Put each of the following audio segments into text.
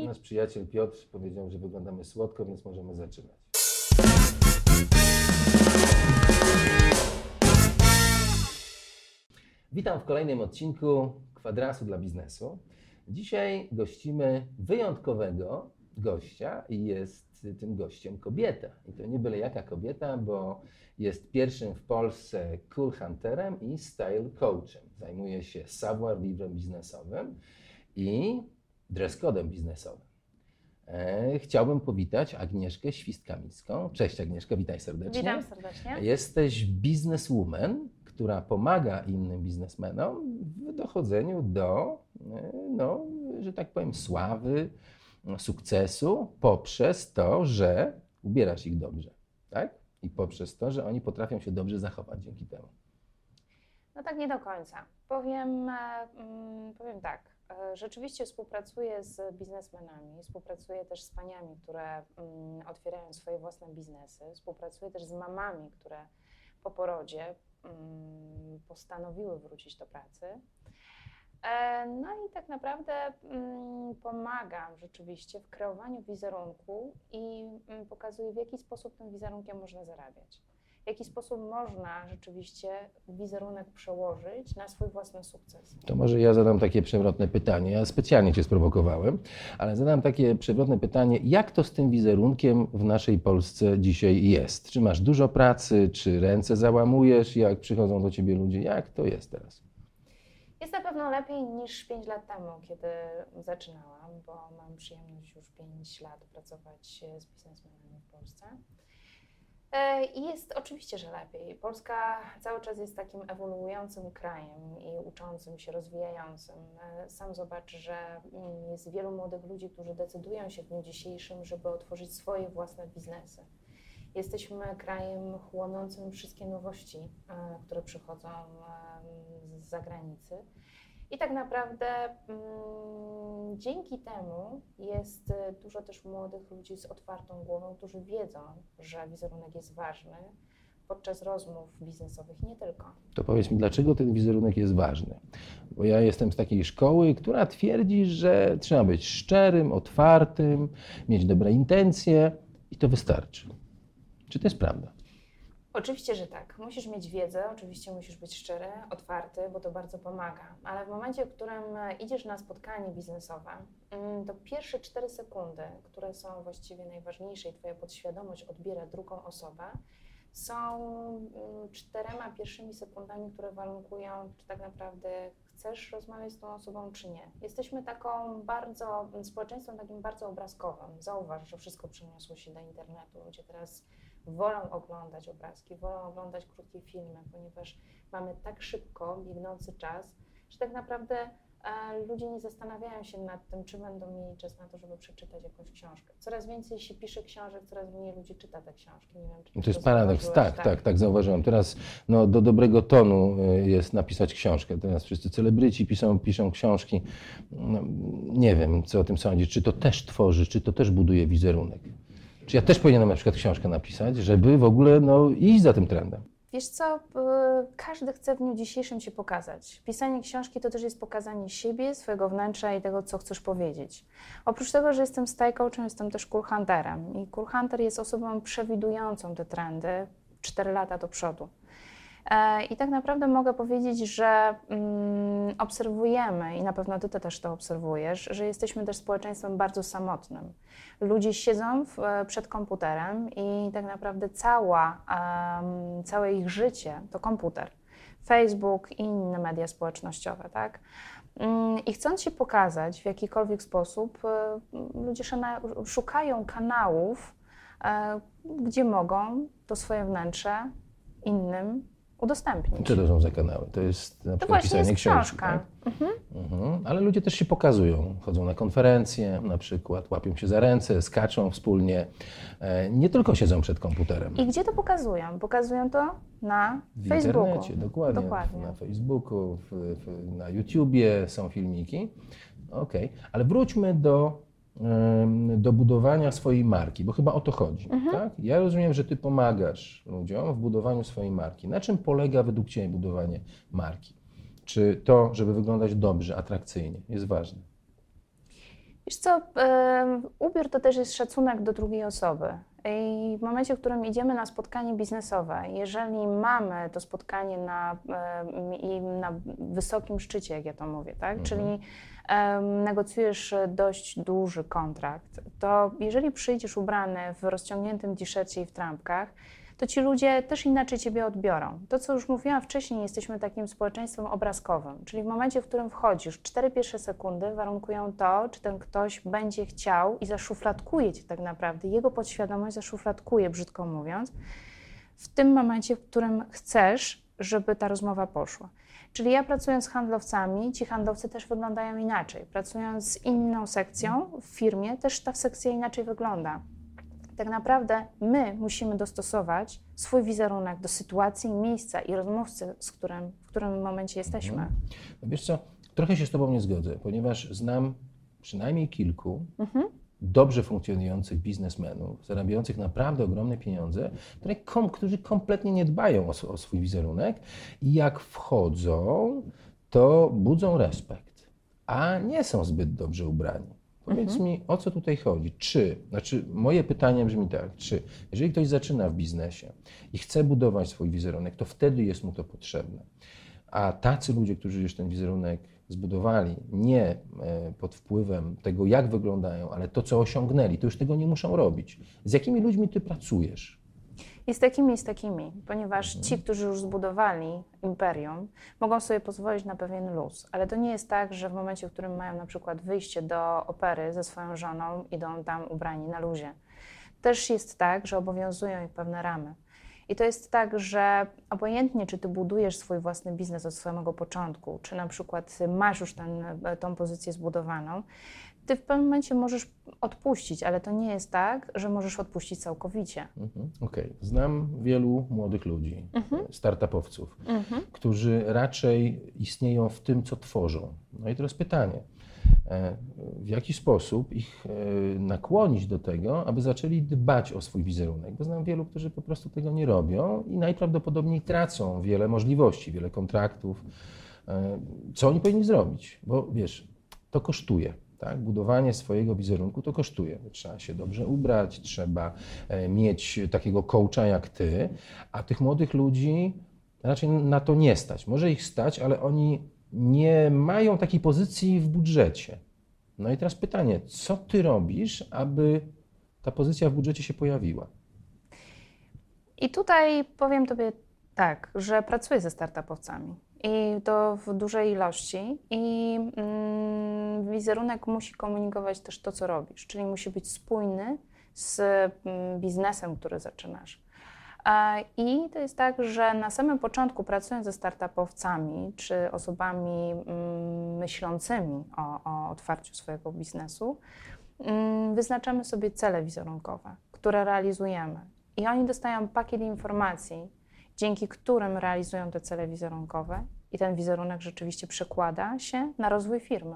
Nasz przyjaciel Piotr powiedział, że wyglądamy słodko, więc możemy zaczynać. Witam w kolejnym odcinku Kwadransu dla biznesu. Dzisiaj gościmy wyjątkowego gościa i jest tym gościem kobieta. I to nie byle jaka kobieta, bo jest pierwszym w Polsce cool hunterem i style coachem. Zajmuje się savoir-vivre biznesowym i dress code'em biznesowym. Chciałbym powitać Agnieszkę Świst-Kamińską. Cześć Agnieszka, witaj serdecznie. Witam serdecznie. Jesteś bizneswoman, która pomaga innym biznesmenom w dochodzeniu do, że tak powiem, sławy, sukcesu poprzez to, że ubierasz ich dobrze, tak? I poprzez to, że oni potrafią się dobrze zachować dzięki temu. No tak nie do końca. Powiem tak, rzeczywiście współpracuję z biznesmenami, współpracuję też z paniami, które otwierają swoje własne biznesy, współpracuję też z mamami, które po porodzie postanowiły wrócić do pracy. No i tak naprawdę pomagam rzeczywiście w kreowaniu wizerunku i pokazuję, w jaki sposób tym wizerunkiem można zarabiać. W jaki sposób można rzeczywiście wizerunek przełożyć na swój własny sukces. To może ja zadam takie przewrotne pytanie. Ja specjalnie Cię sprowokowałem, ale zadam takie przewrotne pytanie. Jak to z tym wizerunkiem w naszej Polsce dzisiaj jest? Czy masz dużo pracy, czy ręce załamujesz, jak przychodzą do Ciebie ludzie? Jak to jest teraz? Jest na pewno lepiej niż 5 lat temu, kiedy zaczynałam, bo mam przyjemność już 5 lat pracować z biznesmenami w Polsce. I jest oczywiście, że lepiej. Polska cały czas jest takim ewoluującym krajem i uczącym się, rozwijającym. Sam zobacz, że jest wielu młodych ludzi, którzy decydują się w dniu dzisiejszym, żeby otworzyć swoje własne biznesy. Jesteśmy krajem chłonącym wszystkie nowości, które przychodzą z zagranicy. I tak naprawdę dzięki temu jest dużo też młodych ludzi z otwartą głową, którzy wiedzą, że wizerunek jest ważny podczas rozmów biznesowych, nie tylko. To powiedz mi, dlaczego ten wizerunek jest ważny? Bo ja jestem z takiej szkoły, która twierdzi, że trzeba być szczerym, otwartym, mieć dobre intencje i to wystarczy. Czy to jest prawda? Oczywiście, że tak. Musisz mieć wiedzę, oczywiście musisz być szczery, otwarty, bo to bardzo pomaga. Ale w momencie, w którym idziesz na spotkanie biznesowe, to pierwsze 4 sekundy, które są właściwie najważniejsze i twoja podświadomość odbiera drugą osobę, są 4 pierwszymi sekundami, które warunkują, czy tak naprawdę chcesz rozmawiać z tą osobą, czy nie. Jesteśmy społeczeństwem takim bardzo obrazkowym. Zauważ, że wszystko przeniosło się do internetu. Ludzie teraz wolą oglądać obrazki, wolą oglądać krótkie filmy, ponieważ mamy tak szybko biegnący czas, że tak naprawdę ludzie nie zastanawiają się nad tym, czy będą mieli czas na to, żeby przeczytać jakąś książkę. Coraz więcej się pisze książek, coraz mniej ludzi czyta te książki. Nie wiem, czy to jest paradoks. Tak, zauważyłem. Teraz do dobrego tonu jest napisać książkę. Teraz wszyscy celebryci piszą książki. Nie wiem, co o tym sądzisz. Czy to też tworzy, czy to też buduje wizerunek? Czy ja też powinienem na przykład książkę napisać, żeby w ogóle iść za tym trendem? Wiesz co, każdy chce w dniu dzisiejszym się pokazać. Pisanie książki to też jest pokazanie siebie, swojego wnętrza i tego, co chcesz powiedzieć. Oprócz tego, że jestem style coachem, jestem też cool hunterem. I cool hunter jest osobą przewidującą te trendy 4 lata do przodu. I tak naprawdę mogę powiedzieć, że obserwujemy, i na pewno ty też to obserwujesz, że jesteśmy też społeczeństwem bardzo samotnym. Ludzie siedzą przed komputerem i tak naprawdę całe ich życie to komputer. Facebook i inne media społecznościowe, tak? I chcąc się pokazać w jakikolwiek sposób, ludzie szukają kanałów, gdzie mogą to swoje wnętrze innym udostępnić. Co to są za kanały? To jest na przykład pisanie książki. Tak? Ale ludzie też się pokazują. Chodzą na konferencje na przykład, łapią się za ręce, skaczą wspólnie. Nie tylko siedzą przed komputerem. I gdzie to pokazują? Pokazują to na Facebooku. W internecie, dokładnie. Na Facebooku, na YouTubie są filmiki. Okej. Ale wróćmy do budowania swojej marki, bo chyba o to chodzi. Tak? Ja rozumiem, że ty pomagasz ludziom w budowaniu swojej marki. Na czym polega według ciebie budowanie marki? Czy to, żeby wyglądać dobrze, atrakcyjnie, jest ważne? Wiesz co, ubiór to też jest szacunek do drugiej osoby. I w momencie, w którym idziemy na spotkanie biznesowe, jeżeli mamy to spotkanie na wysokim szczycie, jak ja to mówię, tak? Czyli negocjujesz dość duży kontrakt, to jeżeli przyjdziesz ubrany w rozciągniętym t-shircie i w trampkach, to ci ludzie też inaczej ciebie odbiorą. To, co już mówiłam wcześniej, jesteśmy takim społeczeństwem obrazkowym, czyli w momencie, w którym wchodzisz, 4 pierwsze sekundy warunkują to, czy ten ktoś będzie chciał i zaszufladkuje cię tak naprawdę, jego podświadomość zaszufladkuje, brzydko mówiąc, w tym momencie, w którym chcesz, żeby ta rozmowa poszła. Czyli ja pracując z handlowcami, ci handlowcy też wyglądają inaczej. Pracując z inną sekcją w firmie, też ta sekcja inaczej wygląda. Tak naprawdę my musimy dostosować swój wizerunek do sytuacji, miejsca i rozmówcy, w którym momencie jesteśmy. No wiesz co, trochę się z Tobą nie zgodzę, ponieważ znam przynajmniej kilku dobrze funkcjonujących biznesmenów, zarabiających naprawdę ogromne pieniądze, którzy kompletnie nie dbają o swój wizerunek i jak wchodzą, to budzą respekt, a nie są zbyt dobrze ubrani. Powiedz mi, o co tutaj chodzi? Moje pytanie brzmi tak, jeżeli ktoś zaczyna w biznesie i chce budować swój wizerunek, to wtedy jest mu to potrzebne. A tacy ludzie, którzy już ten wizerunek zbudowali, nie pod wpływem tego, jak wyglądają, ale to, co osiągnęli, to już tego nie muszą robić. Z jakimi ludźmi ty pracujesz? I z takimi, ponieważ ci, którzy już zbudowali imperium, mogą sobie pozwolić na pewien luz, ale to nie jest tak, że w momencie, w którym mają na przykład wyjście do opery ze swoją żoną, idą tam ubrani na luzie. Też jest tak, że obowiązują ich pewne ramy. I to jest tak, że obojętnie, czy ty budujesz swój własny biznes od samego początku, czy na przykład masz już tą pozycję zbudowaną, ty w pewnym momencie możesz odpuścić, ale to nie jest tak, że możesz odpuścić całkowicie. Okej. Znam wielu młodych ludzi, startupowców, którzy raczej istnieją w tym, co tworzą. No i teraz pytanie, w jaki sposób ich nakłonić do tego, aby zaczęli dbać o swój wizerunek? Bo znam wielu, którzy po prostu tego nie robią i najprawdopodobniej tracą wiele możliwości, wiele kontraktów. Co oni powinni zrobić? Bo wiesz, to kosztuje. Tak? Budowanie swojego wizerunku to kosztuje. Trzeba się dobrze ubrać, trzeba mieć takiego coacha jak ty, a tych młodych ludzi raczej na to nie stać. Może ich stać, ale oni nie mają takiej pozycji w budżecie. No i teraz pytanie, co ty robisz, aby ta pozycja w budżecie się pojawiła? I tutaj powiem tobie tak, że pracuję ze startupowcami. I to w dużej ilości i wizerunek musi komunikować też to, co robisz, czyli musi być spójny z biznesem, który zaczynasz. I to jest tak, że na samym początku pracując ze startupowcami czy osobami myślącymi o otwarciu swojego biznesu, wyznaczamy sobie cele wizerunkowe, które realizujemy. I oni dostają pakiet informacji, dzięki którym realizują te cele wizerunkowe i ten wizerunek rzeczywiście przekłada się na rozwój firmy.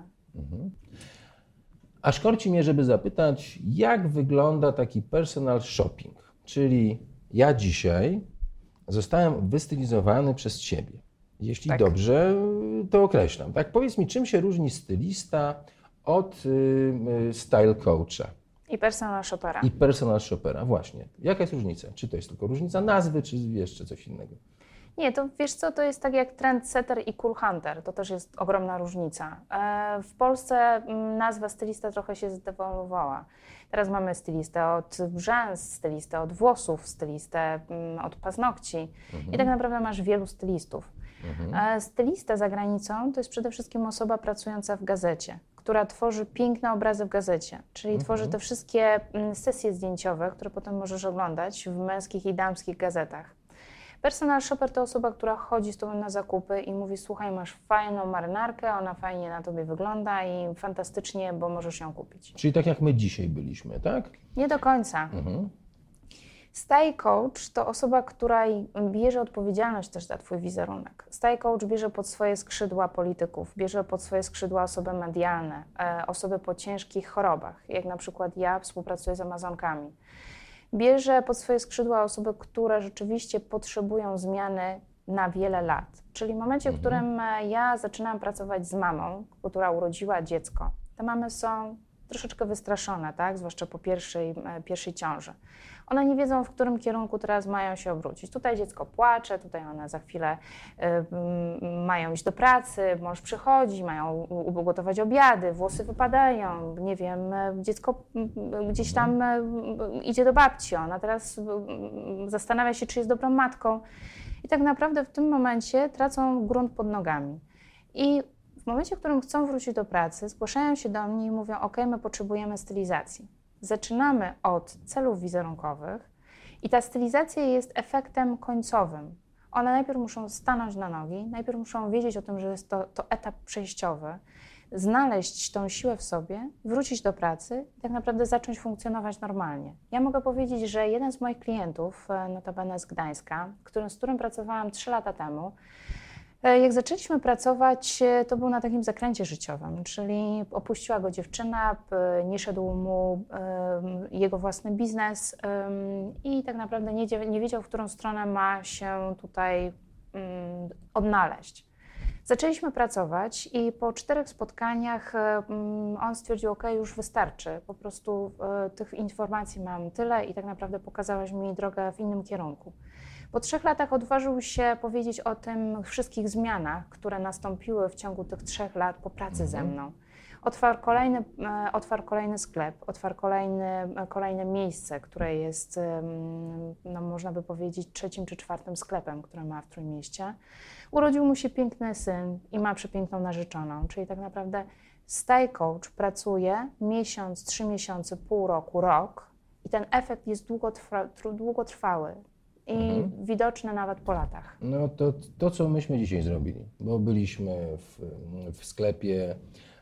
Aż korci mnie, żeby zapytać, jak wygląda taki personal shopping, czyli ja dzisiaj zostałem wystylizowany przez ciebie. Jeśli Tak. dobrze to określam. Tak? Powiedz mi, czym się różni stylista od style coacha? I personal shoppera. I personal shoppera, właśnie. Jaka jest różnica? Czy to jest tylko różnica nazwy, czy jeszcze coś innego? Nie, to wiesz co, to jest tak jak trendsetter i cool hunter, to też jest ogromna różnica. W Polsce nazwa stylista trochę się zdewoluowała. Teraz mamy stylistę od rzęs, stylistę od włosów, stylistę od paznokci i tak naprawdę masz wielu stylistów. Stylista za granicą to jest przede wszystkim osoba pracująca w gazecie, która tworzy piękne obrazy w gazecie, czyli tworzy te wszystkie sesje zdjęciowe, które potem możesz oglądać w męskich i damskich gazetach. Personal shopper to osoba, która chodzi z tobą na zakupy i mówi: słuchaj, masz fajną marynarkę, ona fajnie na tobie wygląda i fantastycznie, bo możesz ją kupić. Czyli tak jak my dzisiaj byliśmy, tak? Nie do końca. Style coach to osoba, która bierze odpowiedzialność też za twój wizerunek. Style coach bierze pod swoje skrzydła polityków, bierze pod swoje skrzydła osoby medialne, osoby po ciężkich chorobach, jak na przykład ja współpracuję z Amazonkami. Bierze pod swoje skrzydła osoby, które rzeczywiście potrzebują zmiany na wiele lat. Czyli w momencie, w którym ja zaczynam pracować z mamą, która urodziła dziecko, te mamy są troszeczkę wystraszone, tak? Zwłaszcza po pierwszej ciąży. One nie wiedzą, w którym kierunku teraz mają się obrócić. Tutaj dziecko płacze, tutaj one za chwilę mają iść do pracy, mąż przychodzi, mają ugotować obiady, włosy wypadają, nie wiem, dziecko gdzieś tam idzie do babci, ona teraz zastanawia się, czy jest dobrą matką. I tak naprawdę w tym momencie tracą grunt pod nogami. I w momencie, w którym chcą wrócić do pracy, zgłaszają się do mnie i mówią: OK, my potrzebujemy stylizacji. Zaczynamy od celów wizerunkowych i ta stylizacja jest efektem końcowym. One najpierw muszą stanąć na nogi, najpierw muszą wiedzieć o tym, że jest to etap przejściowy, znaleźć tą siłę w sobie, wrócić do pracy i tak naprawdę zacząć funkcjonować normalnie. Ja mogę powiedzieć, że jeden z moich klientów, notabene z Gdańska, z którym pracowałam 3 lata temu, jak zaczęliśmy pracować, to był na takim zakręcie życiowym, czyli opuściła go dziewczyna, nie szedł mu jego własny biznes i tak naprawdę nie wiedział, w którą stronę ma się tutaj odnaleźć. Zaczęliśmy pracować i po 4 spotkaniach on stwierdził: OK, już wystarczy, po prostu tych informacji mam tyle i tak naprawdę pokazałaś mi drogę w innym kierunku. Po 3 latach odważył się powiedzieć o tym wszystkich zmianach, które nastąpiły w ciągu tych 3 lat po pracy ze mną. Otwarł kolejny sklep, otwarł kolejne miejsce, które jest, no można by powiedzieć, 3. czy 4. sklepem, który ma w Trójmieście. Urodził mu się piękny syn i ma przepiękną narzeczoną, czyli tak naprawdę Style Coach pracuje miesiąc, 3 miesiące, pół roku, rok i ten efekt jest długotrwały i widoczny nawet po latach. No to, co myśmy dzisiaj zrobili, bo byliśmy w sklepie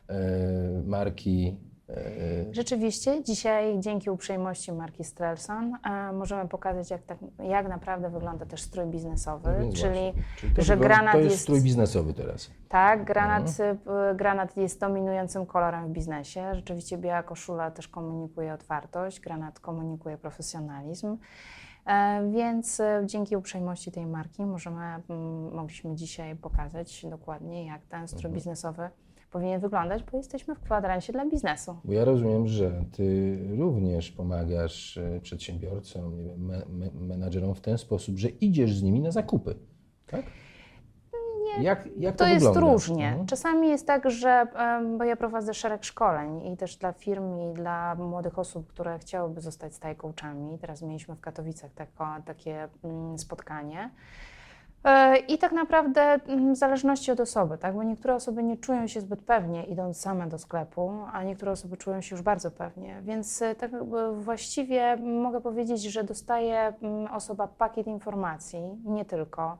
marki. Rzeczywiście, dzisiaj dzięki uprzejmości marki Strellson możemy pokazać, jak naprawdę wygląda też strój biznesowy, czyli że granat to jest strój biznesowy teraz. Tak, granat jest dominującym kolorem w biznesie. Rzeczywiście biała koszula też komunikuje otwartość, granat komunikuje profesjonalizm. Więc dzięki uprzejmości tej marki mogliśmy dzisiaj pokazać dokładnie, jak ten strój biznesowy powinien wyglądać, bo jesteśmy w kwadransie dla biznesu. Bo ja rozumiem, że Ty również pomagasz przedsiębiorcom, nie wiem, menadżerom w ten sposób, że idziesz z nimi na zakupy, tak? Nie, jak to wygląda? jest różnie. Czasami jest tak, że, bo ja prowadzę szereg szkoleń i też dla firm i dla młodych osób, które chciałyby zostać style coachami. Teraz mieliśmy w Katowicach takie spotkanie. I tak naprawdę w zależności od osoby, tak? Bo niektóre osoby nie czują się zbyt pewnie idąc same do sklepu, a niektóre osoby czują się już bardzo pewnie. Więc tak właściwie mogę powiedzieć, że dostaje osoba pakiet informacji, nie tylko.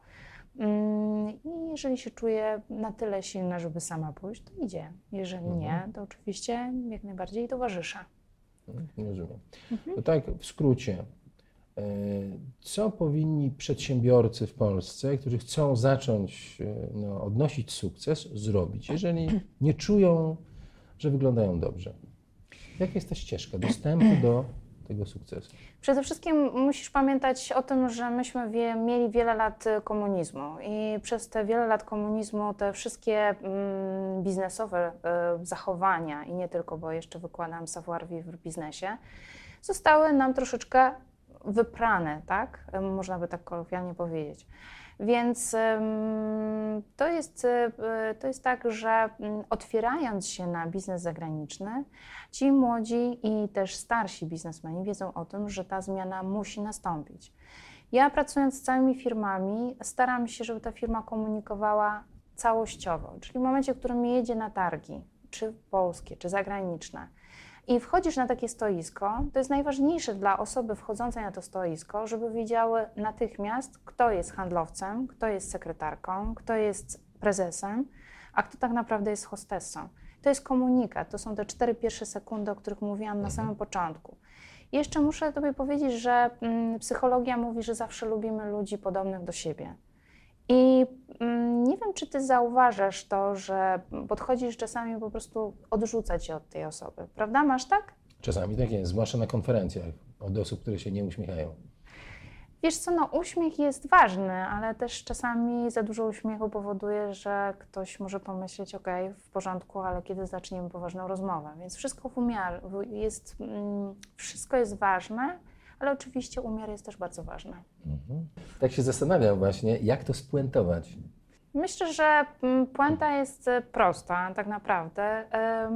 I jeżeli się czuje na tyle silna, żeby sama pójść, to idzie. Jeżeli nie, to oczywiście jak najbardziej towarzysza. Rozumiem. To tak w skrócie. Co powinni przedsiębiorcy w Polsce, którzy chcą zacząć odnosić sukces, zrobić, jeżeli nie czują, że wyglądają dobrze? Jaka jest ta ścieżka dostępu do tego sukcesu? Przede wszystkim musisz pamiętać o tym, że myśmy mieli wiele lat komunizmu i przez te wiele lat komunizmu te wszystkie biznesowe zachowania i nie tylko, bo jeszcze wykładam savoir-vivre w biznesie, zostały nam troszeczkę wyprane, tak? Można by tak kolokwialnie powiedzieć. Więc to jest tak, że otwierając się na biznes zagraniczny, ci młodzi i też starsi biznesmeni wiedzą o tym, że ta zmiana musi nastąpić. Ja pracując z całymi firmami staram się, żeby ta firma komunikowała całościowo, czyli w momencie, w którym jedzie na targi, czy polskie, czy zagraniczne, i wchodzisz na takie stoisko, to jest najważniejsze dla osoby wchodzącej na to stoisko, żeby wiedziały natychmiast, kto jest handlowcem, kto jest sekretarką, kto jest prezesem, a kto tak naprawdę jest hostessą. To jest komunikat, to są te 4 pierwsze sekundy, o których mówiłam na samym początku. I jeszcze muszę Tobie powiedzieć, że psychologia mówi, że zawsze lubimy ludzi podobnych do siebie. I nie wiem, czy Ty zauważasz to, że podchodzisz czasami po prostu odrzuca Cię od tej osoby. Prawda? Masz tak? Czasami tak jest, zwłaszcza na konferencjach od osób, które się nie uśmiechają. Wiesz co, no uśmiech jest ważny, ale też czasami za dużo uśmiechu powoduje, że ktoś może pomyśleć, okej, w porządku, ale kiedy zaczniemy poważną rozmowę. Więc wszystko w umiarze, wszystko jest ważne, ale oczywiście umiar jest też bardzo ważny. Tak się zastanawiam właśnie, jak to spuentować. Myślę, że puenta jest prosta tak naprawdę.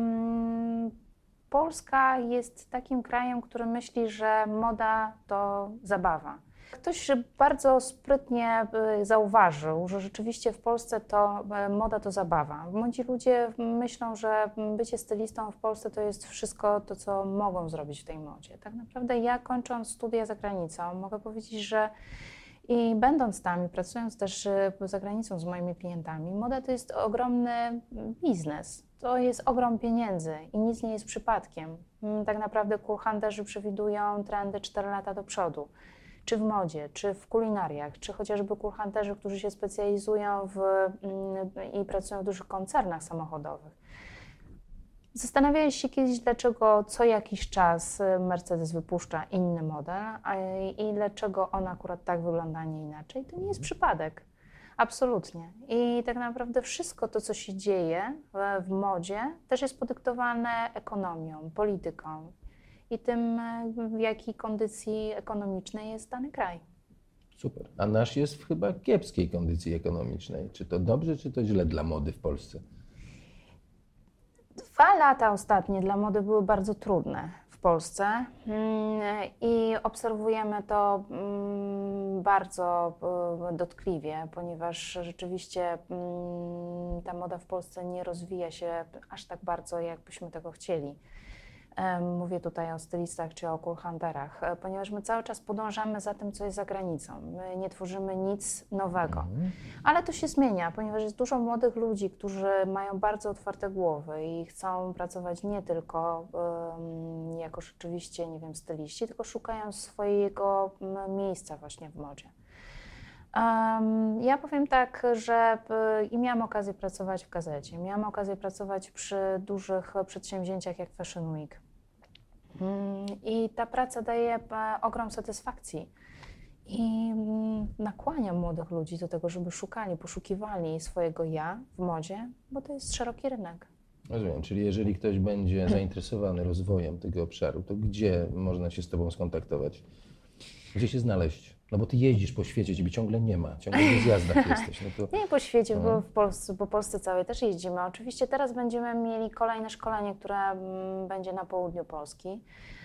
Polska jest takim krajem, który myśli, że moda to zabawa. Ktoś bardzo sprytnie zauważył, że rzeczywiście w Polsce to moda to zabawa. Młodzi ludzie myślą, że bycie stylistą w Polsce to jest wszystko to, co mogą zrobić w tej modzie. Tak naprawdę ja, kończąc studia za granicą, mogę powiedzieć, że i będąc tam i pracując też za granicą z moimi klientami, moda to jest ogromny biznes. To jest ogrom pieniędzy i nic nie jest przypadkiem. Tak naprawdę cool-hunterzy przewidują trendy 4 lata do przodu. Czy w modzie, czy w kulinariach, czy chociażby cool-hunterzy, którzy się specjalizują i pracują w dużych koncernach samochodowych. Zastanawiałeś się kiedyś, dlaczego co jakiś czas Mercedes wypuszcza inny model i dlaczego on akurat tak wygląda, a nie inaczej? To nie jest przypadek. Absolutnie. I tak naprawdę wszystko to, co się dzieje w modzie, też jest podyktowane ekonomią, polityką i tym, w jakiej kondycji ekonomicznej jest dany kraj. Super. A nasz jest w chyba kiepskiej kondycji ekonomicznej. Czy to dobrze, czy to źle dla mody w Polsce? 2 lata ostatnie dla mody były bardzo trudne w Polsce i obserwujemy to bardzo dotkliwie, ponieważ rzeczywiście ta moda w Polsce nie rozwija się aż tak bardzo, jakbyśmy tego chcieli. Mówię tutaj o stylistach czy o cool-hunterach, ponieważ my cały czas podążamy za tym, co jest za granicą. My nie tworzymy nic nowego. Ale to się zmienia, ponieważ jest dużo młodych ludzi, którzy mają bardzo otwarte głowy i chcą pracować nie tylko jako rzeczywiście, nie wiem, styliści, tylko szukają swojego miejsca właśnie w modzie. Ja powiem tak, że i miałam okazję pracować w gazecie, miałam okazję pracować przy dużych przedsięwzięciach jak Fashion Week. I ta praca daje ogrom satysfakcji i nakłania młodych ludzi do tego, żeby poszukiwali swojego ja w modzie, bo to jest szeroki rynek. Rozumiem, czyli jeżeli ktoś będzie zainteresowany rozwojem tego obszaru, to gdzie można się z Tobą skontaktować? Gdzie się znaleźć? No bo Ty jeździsz po świecie, Ciebie ciągle nie ma, ciągle w zjazdach jesteś. No to... Nie po świecie, bo po Polsce całej też jeździmy. Oczywiście teraz będziemy mieli kolejne szkolenie, które będzie na południu Polski.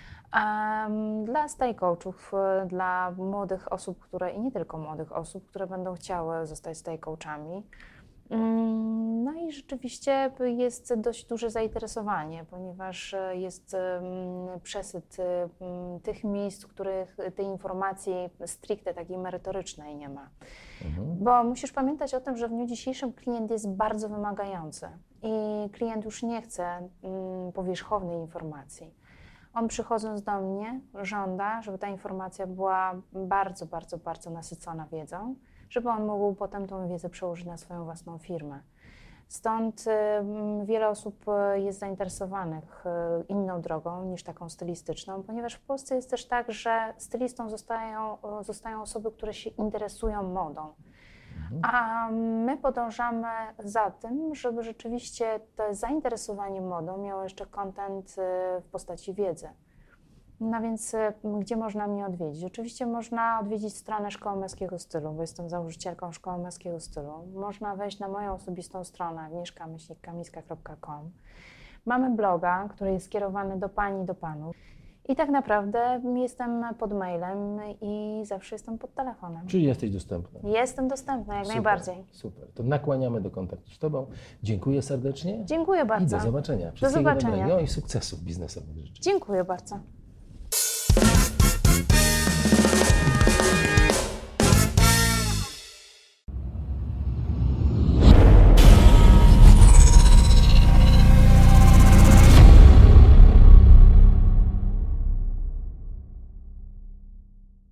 Dla style coachów, dla młodych osób, i nie tylko młodych osób, które będą chciały zostać style coachami. No i rzeczywiście jest dość duże zainteresowanie, ponieważ jest przesyt tych miejsc, w których tej informacji stricte takiej merytorycznej nie ma. Bo musisz pamiętać o tym, że w dniu dzisiejszym klient jest bardzo wymagający i klient już nie chce powierzchownej informacji. On przychodząc do mnie żąda, żeby ta informacja była bardzo, bardzo, bardzo nasycona wiedzą, żeby on mógł potem tą wiedzę przełożyć na swoją własną firmę. Stąd wiele osób jest zainteresowanych inną drogą niż taką stylistyczną, ponieważ w Polsce jest też tak, że stylistą zostają osoby, które się interesują modą. A my podążamy za tym, żeby rzeczywiście to zainteresowanie modą miało jeszcze content w postaci wiedzy. No więc gdzie można mnie odwiedzić? Oczywiście można odwiedzić stronę Szkoły Męskiego Stylu, bo jestem założycielką Szkoły Męskiego Stylu. Można wejść na moją osobistą stronę agnieszka-kamińska.com. Mamy bloga, który jest skierowany do pań i do panów. I tak naprawdę jestem pod mailem i zawsze jestem pod telefonem. Czyli jesteś dostępna? Jestem dostępna, jak najbardziej. Super, to nakłaniamy do kontaktu z Tobą. Dziękuję serdecznie. Dziękuję bardzo. I do zobaczenia. Do zobaczenia. Dobrego i sukcesów biznesowych życzę. Dziękuję bardzo.